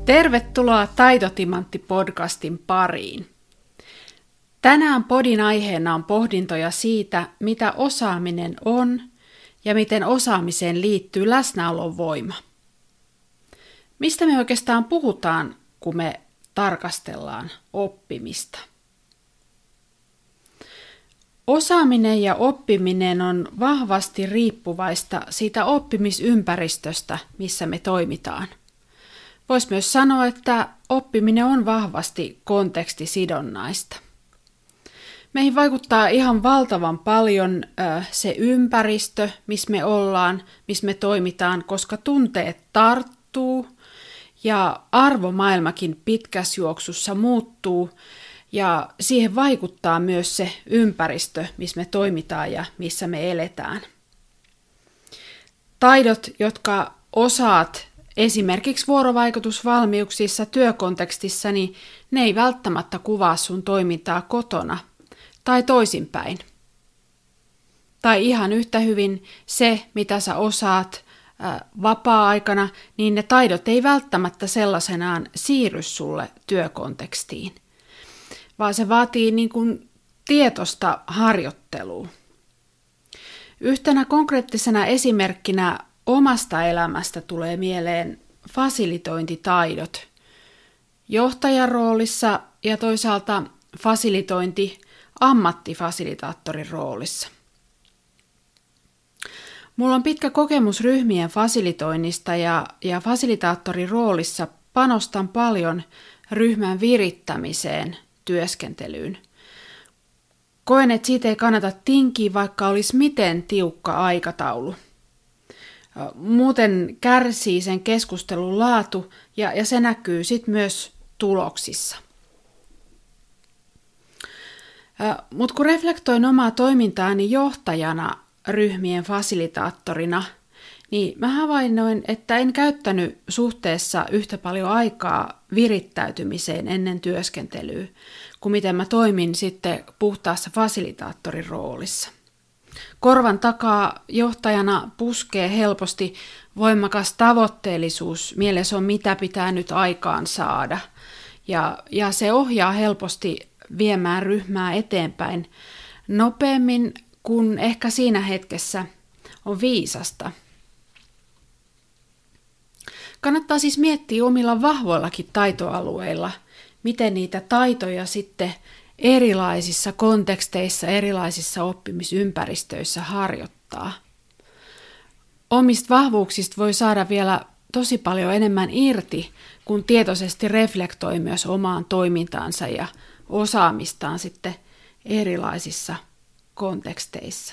Tervetuloa Taitotimantti-podcastin pariin. Tänään podin aiheena on pohdintoja siitä, mitä osaaminen on ja miten osaamiseen liittyy läsnäolon voima. Mistä me oikeastaan puhutaan, kun me tarkastellaan oppimista? Osaaminen ja oppiminen on vahvasti riippuvaista siitä oppimisympäristöstä, missä me toimitaan. Voisi myös sanoa, että oppiminen on vahvasti kontekstisidonnaista. Meihin vaikuttaa ihan valtavan paljon se ympäristö, missä me ollaan, missä me toimitaan, koska tunteet tarttuu ja arvomaailmakin pitkässä juoksussa muuttuu ja siihen vaikuttaa myös se ympäristö, missä me toimitaan ja missä me eletään. Taidot, jotka osaat esimerkiksi vuorovaikutusvalmiuksissa työkontekstissa, niin ne ei välttämättä kuvaa sun toimintaa kotona tai toisinpäin. Tai ihan yhtä hyvin se, mitä sä osaat vapaa-aikana, niin ne taidot ei välttämättä sellaisenaan siirry sulle työkontekstiin, vaan se vaatii niin kuin tietoista harjoittelua. Yhtenä konkreettisena esimerkkinä omasta elämästä tulee mieleen fasilitointitaidot johtajan roolissa ja toisaalta fasilitointi ammattifasilitaattorin roolissa. Mulla on pitkä kokemus ryhmien fasilitoinnista ja fasilitaattorin roolissa panostan paljon ryhmän virittämiseen, työskentelyyn. Koen, että siitä ei kannata tinkiä, vaikka olisi miten tiukka aikataulu. Muuten kärsii sen keskustelun laatu ja se näkyy sitten myös tuloksissa. Mutta kun reflektoin omaa toimintaani johtajana ryhmien fasilitaattorina, niin mä havainnoin, että en käyttänyt suhteessa yhtä paljon aikaa virittäytymiseen ennen työskentelyä, kuin miten mä toimin sitten puhtaassa fasilitaattorin roolissa. Korvan takaa johtajana puskee helposti voimakas tavoitteellisuus, mielessä on mitä pitää nyt aikaan saada. Ja se ohjaa helposti viemään ryhmää eteenpäin nopeammin kuin ehkä siinä hetkessä on viisasta. Kannattaa siis miettiä omilla vahvoillakin taitoalueilla, miten niitä taitoja sitten erilaisissa konteksteissa, erilaisissa oppimisympäristöissä harjoittaa. Omista vahvuuksista voi saada vielä tosi paljon enemmän irti, kun tietoisesti reflektoi myös omaan toimintaansa ja osaamistaan sitten erilaisissa konteksteissa.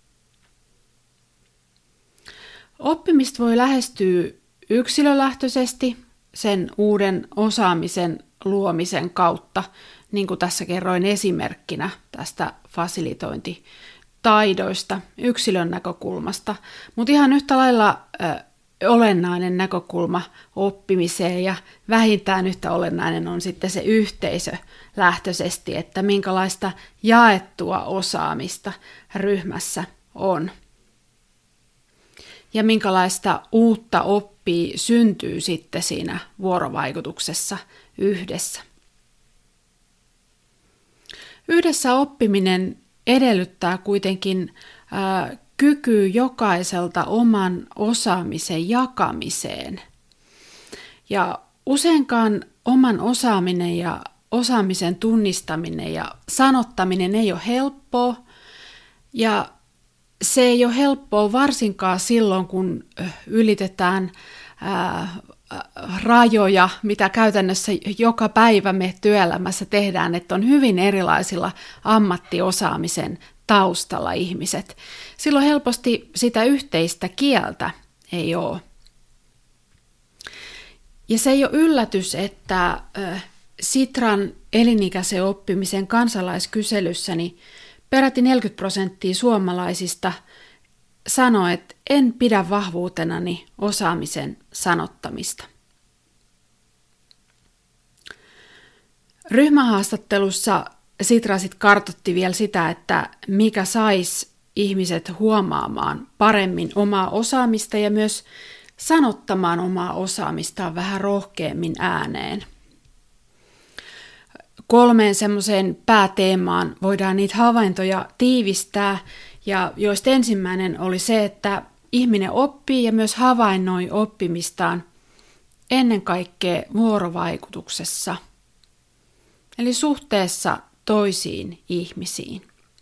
Oppimista voi lähestyä yksilölähtöisesti sen uuden osaamisen luomisen kautta, niin kuin tässä kerroin esimerkkinä tästä fasilitointitaidoista yksilön näkökulmasta, mutta ihan yhtä lailla olennainen näkökulma oppimiseen ja vähintään yhtä olennainen on sitten se yhteisö lähtöisesti, että minkälaista jaettua osaamista ryhmässä on ja minkälaista uutta oppia syntyy sitten siinä vuorovaikutuksessa yhdessä. Yhdessä oppiminen edellyttää kuitenkin kyky jokaiselta oman osaamisen jakamiseen. Ja useinkaan oman osaaminen ja osaamisen tunnistaminen ja sanottaminen ei ole helppoa. Ja se ei ole helppoa varsinkaan silloin, kun ylitetään rajoja, mitä käytännössä joka päivä me työelämässä tehdään, että on hyvin erilaisilla ammattiosaamisen taustalla ihmiset. Silloin helposti sitä yhteistä kieltä ei ole. Ja se ei ole yllätys, että Sitran elinikäisen oppimisen kansalaiskyselyssä niin peräti 40% suomalaisista sanoi, että en pidä vahvuutenani osaamisen sanottamista. Ryhmähaastattelussa Sitra sit kartoitti vielä sitä, että mikä saisi ihmiset huomaamaan paremmin omaa osaamista ja myös sanottamaan omaa osaamistaan vähän rohkeammin ääneen. 3 semmoiseen pääteemaan voidaan niitä havaintoja tiivistää, ja joista ensimmäinen oli se, että ihminen oppii ja myös havainnoi oppimistaan ennen kaikkea vuorovaikutuksessa, eli suhteessa toisiin ihmisiin.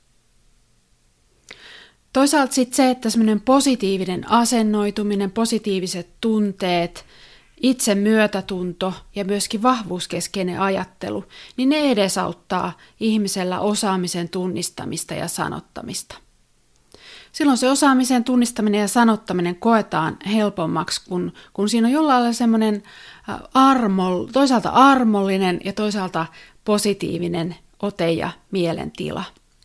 Toisaalta sitten se, että semmoinen positiivinen asennoituminen, positiiviset tunteet, itse myötätunto ja myöskin vahvuuskeskeinen ajattelu, niin ne edesauttaa ihmisellä osaamisen tunnistamista ja sanottamista. Silloin se osaamisen tunnistaminen ja sanottaminen koetaan helpommaksi, kun siinä on jollain lailla semmoinen toisaalta armollinen ja toisaalta positiivinen ote ja mielentila.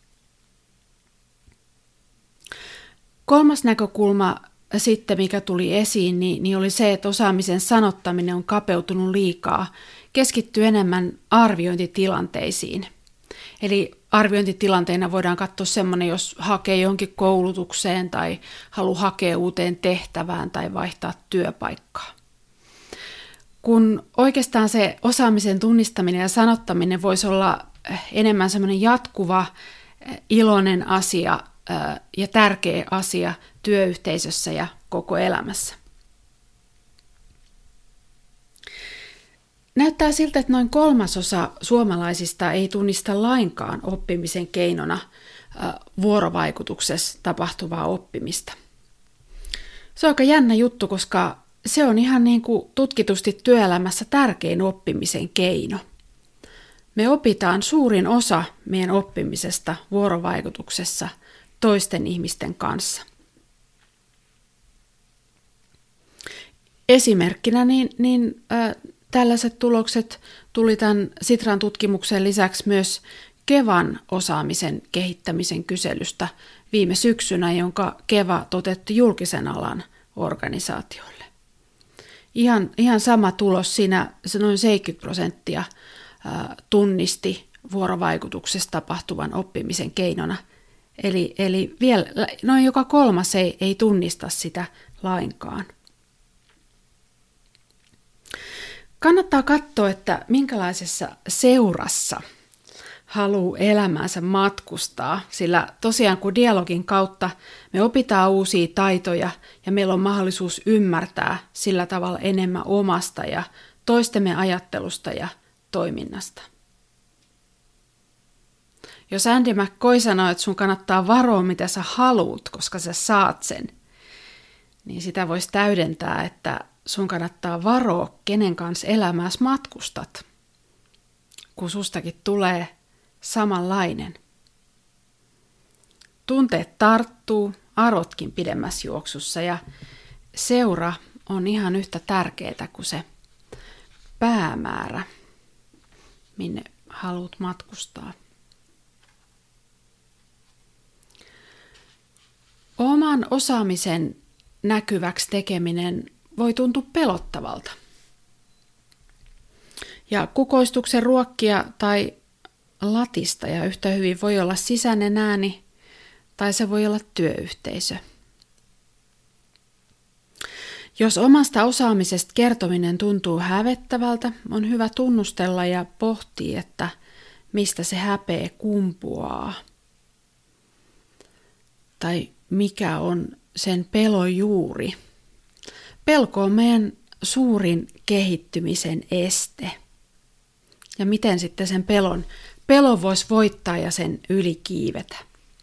3. näkökulma sitten, mikä tuli esiin, niin oli se, että osaamisen sanottaminen on kapeutunut liikaa, keskittyy enemmän arviointitilanteisiin. Eli arviointitilanteena voidaan katsoa semmoinen, jos hakee johonkin koulutukseen tai haluaa hakea uuteen tehtävään tai vaihtaa työpaikkaa. Kun oikeastaan se osaamisen tunnistaminen ja sanottaminen voisi olla enemmän semmoinen jatkuva, iloinen asia ja tärkeä asia työyhteisössä ja koko elämässä. Näyttää siltä, että noin 1/3 suomalaisista ei tunnista lainkaan oppimisen keinona vuorovaikutuksessa tapahtuvaa oppimista. Se on aika jännä juttu, koska se on ihan niin kuin tutkitusti työelämässä tärkein oppimisen keino. Me opitaan suurin osa meidän oppimisesta vuorovaikutuksessa toisten ihmisten kanssa. Esimerkkinä tällaiset tulokset tuli tämän Sitran tutkimuksen lisäksi myös Kevan osaamisen kehittämisen kyselystä viime syksynä, jonka Keva toteutti julkisen alan organisaatioille. Ihan sama tulos siinä, se noin 70% tunnisti vuorovaikutuksessa tapahtuvan oppimisen keinona. Eli vielä noin joka 3 ei tunnista sitä lainkaan. Kannattaa katsoa, että minkälaisessa seurassa haluaa elämäänsä matkustaa, sillä tosiaan kun dialogin kautta me opitaan uusia taitoja ja meillä on mahdollisuus ymmärtää sillä tavalla enemmän omasta ja toistemme ajattelusta ja toiminnasta. Jos Andy McCoy sanoo, että sun kannattaa varoa mitä sä haluut, koska sä saat sen, niin sitä voisi täydentää, että sun kannattaa varoa, kenen kanssa elämääsi matkustat, kun sustakin tulee samanlainen. Tunteet tarttuu, arvotkin pidemmässä juoksussa ja seura on ihan yhtä tärkeää kuin se päämäärä, minne haluat matkustaa. Oman osaamisen näkyväksi tekeminen voi tuntua pelottavalta. Ja kukoistuksen ruokkia tai latistaja yhtä hyvin voi olla sisäinen ääni tai se voi olla työyhteisö. Jos omasta osaamisesta kertominen tuntuu hävettävältä, on hyvä tunnustella ja pohtia, että mistä se häpeä kumpuaa. Tai mikä on sen pelon juuri. Pelko on meidän suurin kehittymisen este. Ja miten sitten sen pelon voisi voittaa ja sen ylikiivetä.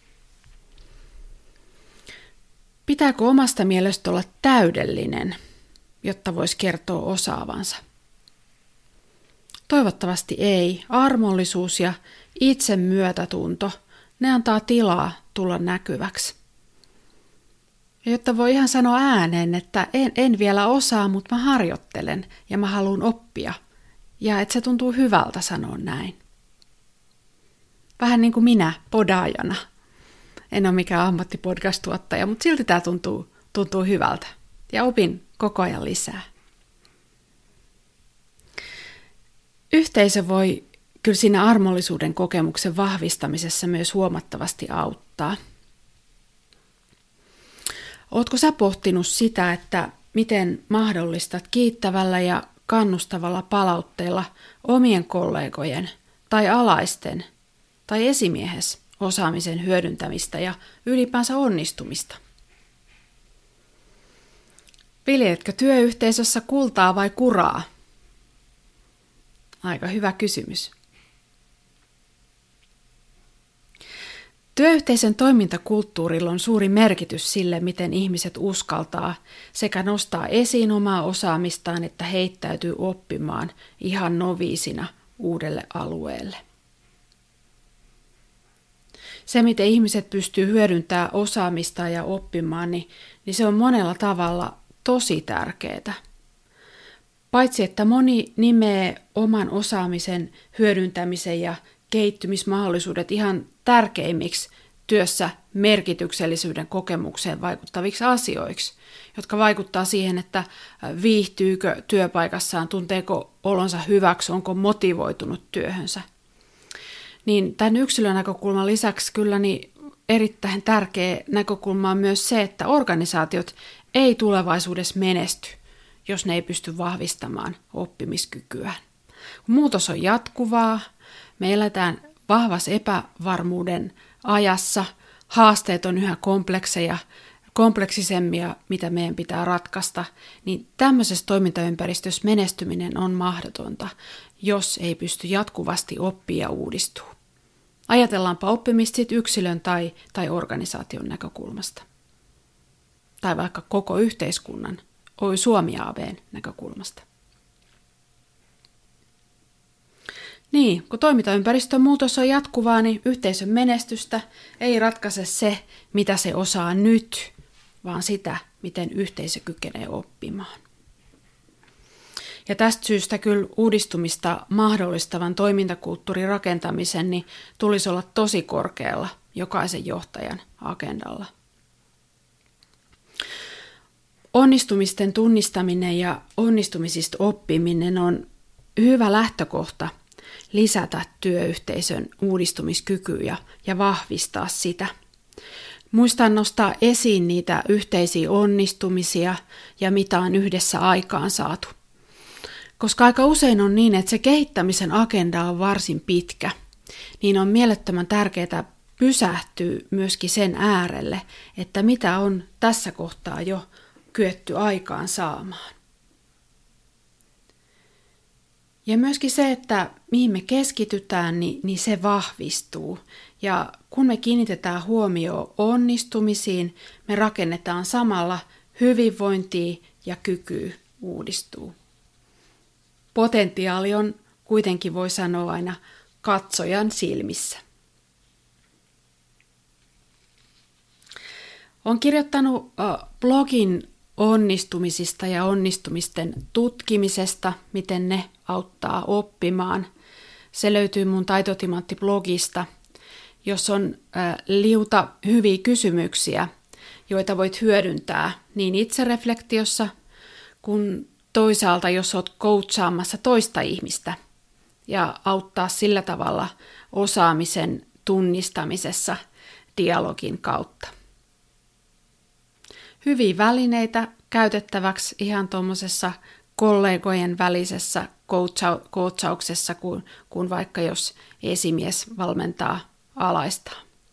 Pitääkö omasta mielestä olla täydellinen, jotta voisi kertoa osaavansa? Toivottavasti ei. Armollisuus ja itsemyötätunto, ne antaa tilaa tulla näkyväksi. Ja jotta voi ihan sanoa ääneen, että en vielä osaa, mutta mä harjoittelen ja mä haluan oppia. Ja että se tuntuu hyvältä sanoa näin. Vähän niin kuin minä podaajana. En ole mikään ammattipodcast-tuottaja, mutta silti tämä tuntuu hyvältä. Ja opin koko ajan lisää. Yhteisö voi kyllä siinä armollisuuden kokemuksen vahvistamisessa myös huomattavasti auttaa. Ootko sä pohtinut sitä, että miten mahdollistat kiittävällä ja kannustavalla palautteella omien kollegojen tai alaisten tai esimiehes osaamisen hyödyntämistä ja ylipäänsä onnistumista? Viljeletkö työyhteisössä kultaa vai kuraa? Aika hyvä kysymys. Työyhteisön toimintakulttuurilla on suuri merkitys sille, miten ihmiset uskaltaa sekä nostaa esiin omaa osaamistaan, että heittäytyy oppimaan ihan noviisina uudelle alueelle. Se, miten ihmiset pystyy hyödyntämään osaamista ja oppimaan, niin se on monella tavalla tosi tärkeää. Paitsi että moni nimeää oman osaamisen hyödyntämisen ja kehittymismahdollisuudet ihan tärkeimmiksi työssä merkityksellisyyden kokemukseen vaikuttaviksi asioiksi, jotka vaikuttaa siihen, että viihtyykö työpaikassaan, tunteeko olonsa hyväksi, onko motivoitunut työhönsä. Niin tämän yksilön näkökulman lisäksi kyllä niin erittäin tärkeä näkökulma on myös se, että organisaatiot ei tulevaisuudessa menesty, jos ne ei pysty vahvistamaan oppimiskykyään. Muutos on jatkuvaa, me eletään vahvassa epävarmuuden ajassa, haasteet on yhä kompleksisempia, mitä meidän pitää ratkaista, niin tämmöisessä toimintaympäristössä menestyminen on mahdotonta, jos ei pysty jatkuvasti oppia ja uudistua. Ajatellaanpa oppimista sit yksilön tai organisaation näkökulmasta. Tai vaikka koko yhteiskunnan, Oy Suomi AB:n näkökulmasta. Niin, kun toimintaympäristön muutos on jatkuvaa, niin yhteisön menestystä ei ratkaise se, mitä se osaa nyt, vaan sitä, miten yhteisö kykenee oppimaan. Ja tästä syystä kyllä uudistumista mahdollistavan toimintakulttuurin rakentamisen niin tulisi olla tosi korkealla jokaisen johtajan agendalla. Onnistumisten tunnistaminen ja onnistumisista oppiminen on hyvä lähtökohta lisätä työyhteisön uudistumiskykyä ja vahvistaa sitä. Muistan nostaa esiin niitä yhteisiä onnistumisia ja mitä on yhdessä aikaan saatu. Koska aika usein on niin, että se kehittämisen agenda on varsin pitkä, niin on mielettömän tärkeää pysähtyä myöskin sen äärelle, että mitä on tässä kohtaa jo kyetty aikaan saamaan. Ja myöskin se, että mihin me keskitytään, niin se vahvistuu. Ja kun me kiinnitetään huomioon onnistumisiin, me rakennetaan samalla hyvinvointia ja kykyä uudistuu. Potentiaali on kuitenkin, voi sanoa, aina katsojan silmissä. Olen kirjoittanut blogin onnistumisista ja onnistumisten tutkimisesta, miten ne auttaa oppimaan. Se löytyy mun Taitotimantti-blogista, jos on liuta hyviä kysymyksiä, joita voit hyödyntää niin itsereflektiossa kuin toisaalta, jos olet coachaamassa toista ihmistä ja auttaa sillä tavalla osaamisen tunnistamisessa dialogin kautta. Hyviä välineitä käytettäväksi ihan tuommoisessa kollegojen välisessä coachauksessa, kun vaikka jos esimies valmentaa alaista.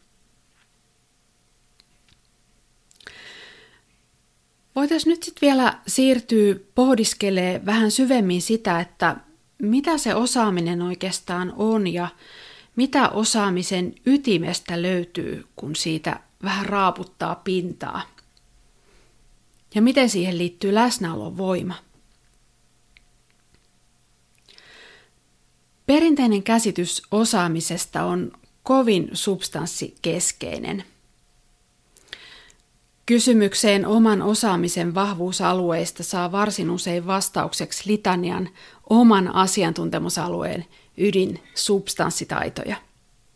Voitaisiin nyt sitten vielä siirtyä pohdiskelemaan vähän syvemmin sitä, että mitä se osaaminen oikeastaan on ja mitä osaamisen ytimestä löytyy, kun siitä vähän raaputtaa pintaa. Ja miten siihen liittyy läsnäolon voima. Perinteinen käsitys osaamisesta on kovin substanssikeskeinen. Kysymykseen oman osaamisen vahvuusalueista saa varsin usein vastaukseksi litanian oman asiantuntemusalueen ydinsubstanssitaitoja.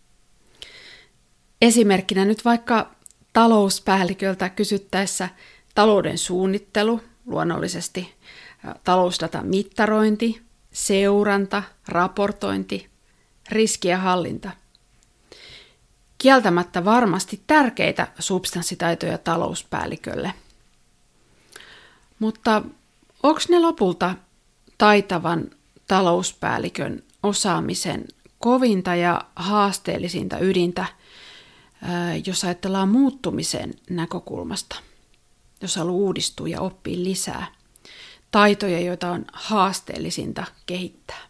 Esimerkkinä nyt vaikka talouspäälliköltä kysyttäessä talouden suunnittelu, luonnollisesti talousdatan mittarointi, seuranta, raportointi, riskien hallinta. Kieltämättä varmasti tärkeitä substanssitaitoja talouspäällikölle. Mutta onko ne lopulta taitavan talouspäällikön osaamisen kovinta ja haasteellisinta ydintä, jos ajatellaan muuttumisen näkökulmasta, jos haluaa uudistua ja oppia lisää taitoja, joita on haasteellisinta kehittää?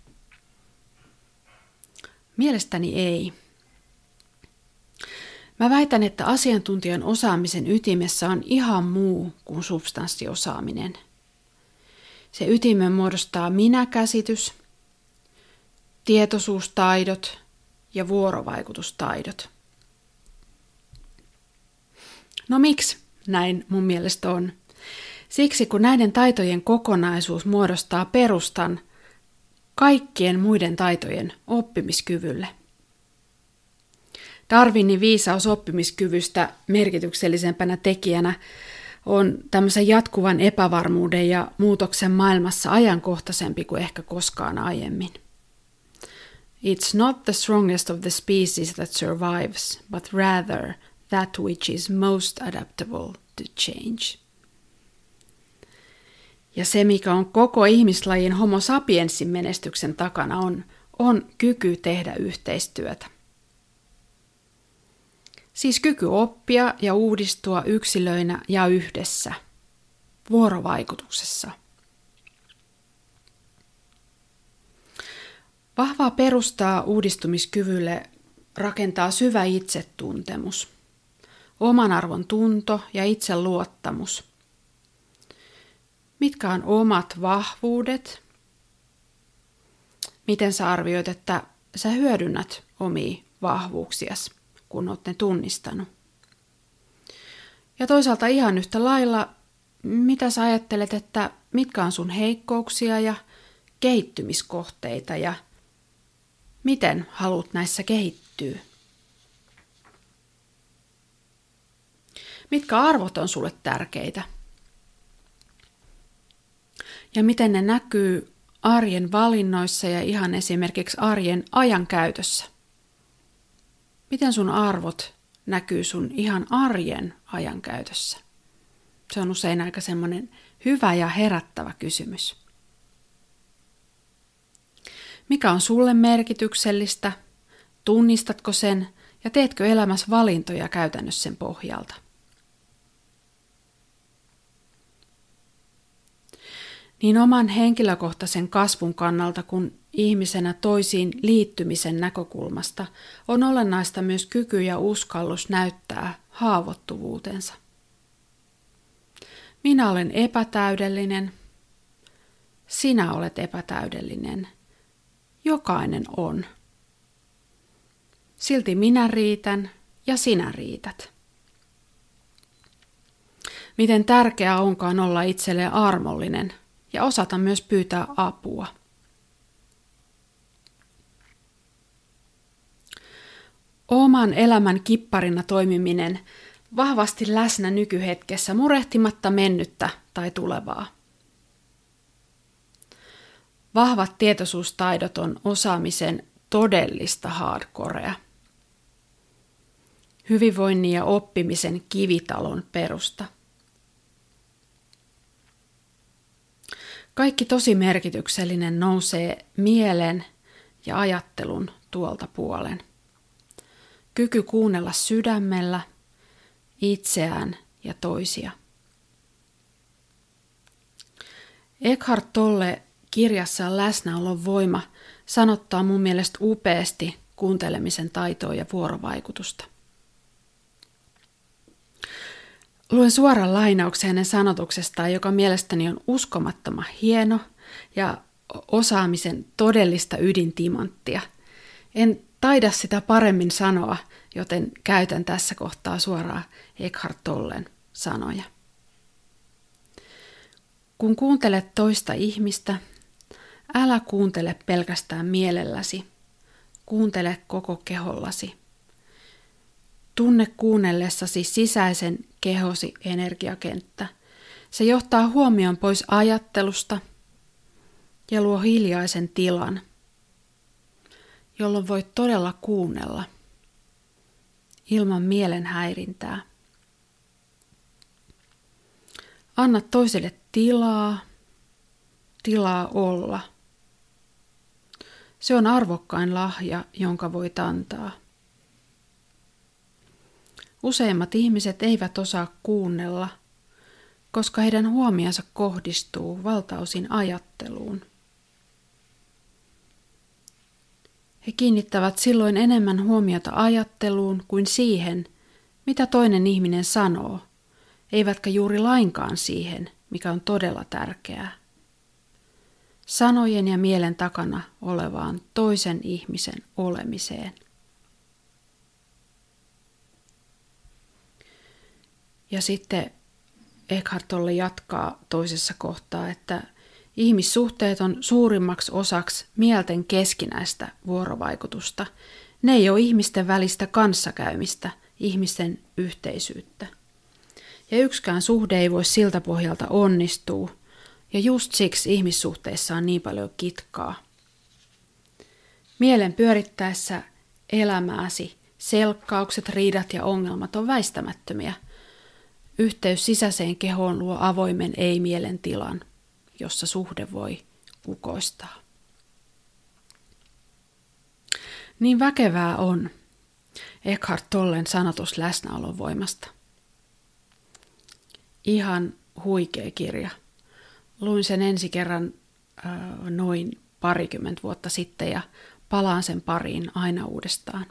Mielestäni ei. Mä väitän, että asiantuntijan osaamisen ytimessä on ihan muu kuin substanssiosaaminen. Se ytimen muodostaa minäkäsitys, tietoisuustaidot ja vuorovaikutustaidot. No miksi näin mun mielestä on? Siksi kun näiden taitojen kokonaisuus muodostaa perustan kaikkien muiden taitojen oppimiskyvylle. Darwinin viisaus oppimiskyvystä merkityksellisempänä tekijänä on tämmöisen jatkuvan epävarmuuden ja muutoksen maailmassa ajankohtaisempi kuin ehkä koskaan aiemmin. It's not the strongest of the species that survives, but rather that which is most adaptable to change. Ja se, mikä on koko ihmislajin homo sapiensin menestyksen takana, on kyky tehdä yhteistyötä. Siis kyky oppia ja uudistua yksilöinä ja yhdessä, vuorovaikutuksessa. Vahvaa perustaa uudistumiskyvylle rakentaa syvä itsetuntemus, oman arvon tunto ja itseluottamus. Mitkä on omat vahvuudet? Miten sä arvioit, että sä hyödynnät omia vahvuuksiasi, kun oot ne tunnistanut? Ja toisaalta ihan yhtä lailla, mitä sä ajattelet, että mitkä on sun heikkouksia ja kehittymiskohteita ja miten haluat näissä kehittyä? Mitkä arvot on sulle tärkeitä? Ja miten ne näkyy arjen valinnoissa ja ihan esimerkiksi arjen ajankäytössä? Miten sun arvot näkyy sun ihan arjen ajankäytössä? Se on usein aika semmoinen hyvä ja herättävä kysymys. Mikä on sulle merkityksellistä? Tunnistatko sen ja teetkö elämässä valintoja käytännössä sen pohjalta? Niin oman henkilökohtaisen kasvun kannalta kuin ihmisenä toisiin liittymisen näkökulmasta on olennaista myös kyky ja uskallus näyttää haavoittuvuutensa. Minä olen epätäydellinen. Sinä olet epätäydellinen. Jokainen on. Silti minä riitän ja sinä riität. Miten tärkeää onkaan olla itselleen armollinen ja osata myös pyytää apua. Oman elämän kipparina toimiminen vahvasti läsnä nykyhetkessä murehtimatta mennyttä tai tulevaa. Vahvat tietoisuustaidot on osaamisen todellista hardcorea. Hyvinvoinnin ja oppimisen kivitalon perusta. Kaikki tosi merkityksellinen nousee mielen ja ajattelun tuolta puolen. Kyky kuunnella sydämellä itseään ja toisia. Eckhart Tolle kirjassaan Läsnäolon voima sanottaa mun mielestä upeasti kuuntelemisen taitoa ja vuorovaikutusta. Luen suoran lainauksen hänen sanotuksestaan, joka mielestäni on uskomattoman hieno ja osaamisen todellista ydintimanttia. En taida sitä paremmin sanoa, joten käytän tässä kohtaa suoraan Eckhart Tollen sanoja. Kun kuuntelet toista ihmistä, älä kuuntele pelkästään mielelläsi, kuuntele koko kehollasi. Tunne kuunnellessasi sisäisen kehosi energiakenttä. Se johtaa huomion pois ajattelusta ja luo hiljaisen tilan, jolloin voit todella kuunnella ilman mielen häirintää. Anna toiselle tilaa olla. Se on arvokkain lahja, jonka voit antaa. Useimmat ihmiset eivät osaa kuunnella, koska heidän huomionsa kohdistuu valtaosin ajatteluun. He kiinnittävät silloin enemmän huomiota ajatteluun kuin siihen, mitä toinen ihminen sanoo, eivätkä juuri lainkaan siihen, mikä on todella tärkeää. Sanojen ja mielen takana olevaan toisen ihmisen olemiseen. Ja sitten Eckhart Tolle jatkaa toisessa kohtaa, että ihmissuhteet on suurimmaksi osaksi mielten keskinäistä vuorovaikutusta. Ne ei ole ihmisten välistä kanssakäymistä, ihmisten yhteisyyttä. Ja yksikään suhde ei voi siltä pohjalta onnistua, ja just siksi ihmissuhteissa on niin paljon kitkaa. Mielen pyörittäessä elämääsi selkkaukset, riidat ja ongelmat on väistämättömiä. Yhteys sisäiseen kehoon luo avoimen ei-mielen tilan, jossa suhde voi kukoistaa. Niin väkevää on Eckhart Tollen sanotus läsnäolon voimasta. Ihan huikea kirja. Luin sen ensi kerran noin 20 vuotta sitten ja palaan sen pariin aina uudestaan.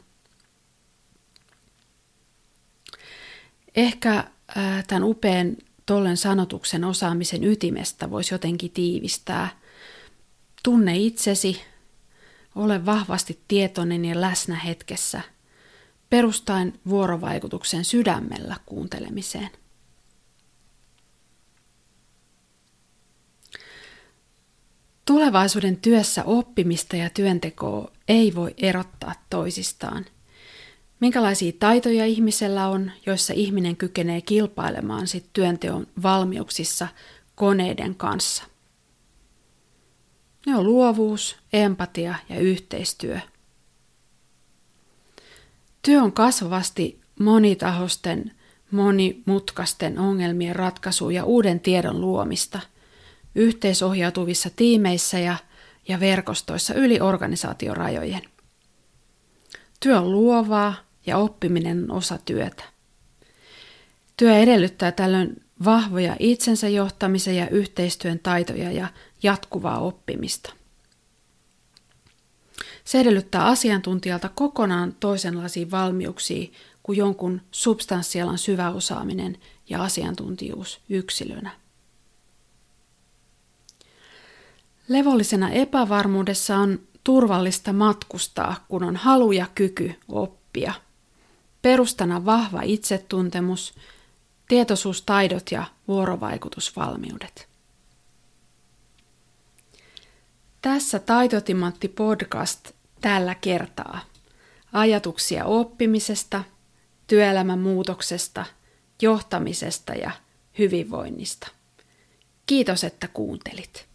Ehkä tämän upean Tollen sanotuksen osaamisen ytimestä voisi jotenkin tiivistää. Tunne itsesi, ole vahvasti tietoinen ja läsnä hetkessä, perustaen vuorovaikutuksen sydämellä kuuntelemiseen. Tulevaisuuden työssä oppimista ja työntekoa ei voi erottaa toisistaan. Minkälaisia taitoja ihmisellä on, joissa ihminen kykenee kilpailemaan työnteon valmiuksissa koneiden kanssa? Ne on luovuus, empatia ja yhteistyö. Työ on kasvavasti monitahoisten, monimutkaisten ongelmien ratkaisua ja uuden tiedon luomista yhteisohjautuvissa tiimeissä ja verkostoissa yli organisaatiorajojen. Työ on luovaa ja oppiminen on osa työtä. Työ edellyttää tällöin vahvoja itsensä johtamisen ja yhteistyön taitoja ja jatkuvaa oppimista. Se edellyttää asiantuntijalta kokonaan toisenlaisia valmiuksia kuin jonkun substanssialan syvä osaaminen ja asiantuntijuus yksilönä. Levollisena epävarmuudessa on turvallista matkustaa, kun on halu ja kyky oppia. Perustana vahva itsetuntemus, tietoisuustaidot ja vuorovaikutusvalmiudet. Tässä Taitotimantti podcast tällä kertaa. Ajatuksia oppimisesta, työelämän muutoksesta, johtamisesta ja hyvinvoinnista. Kiitos, että kuuntelit.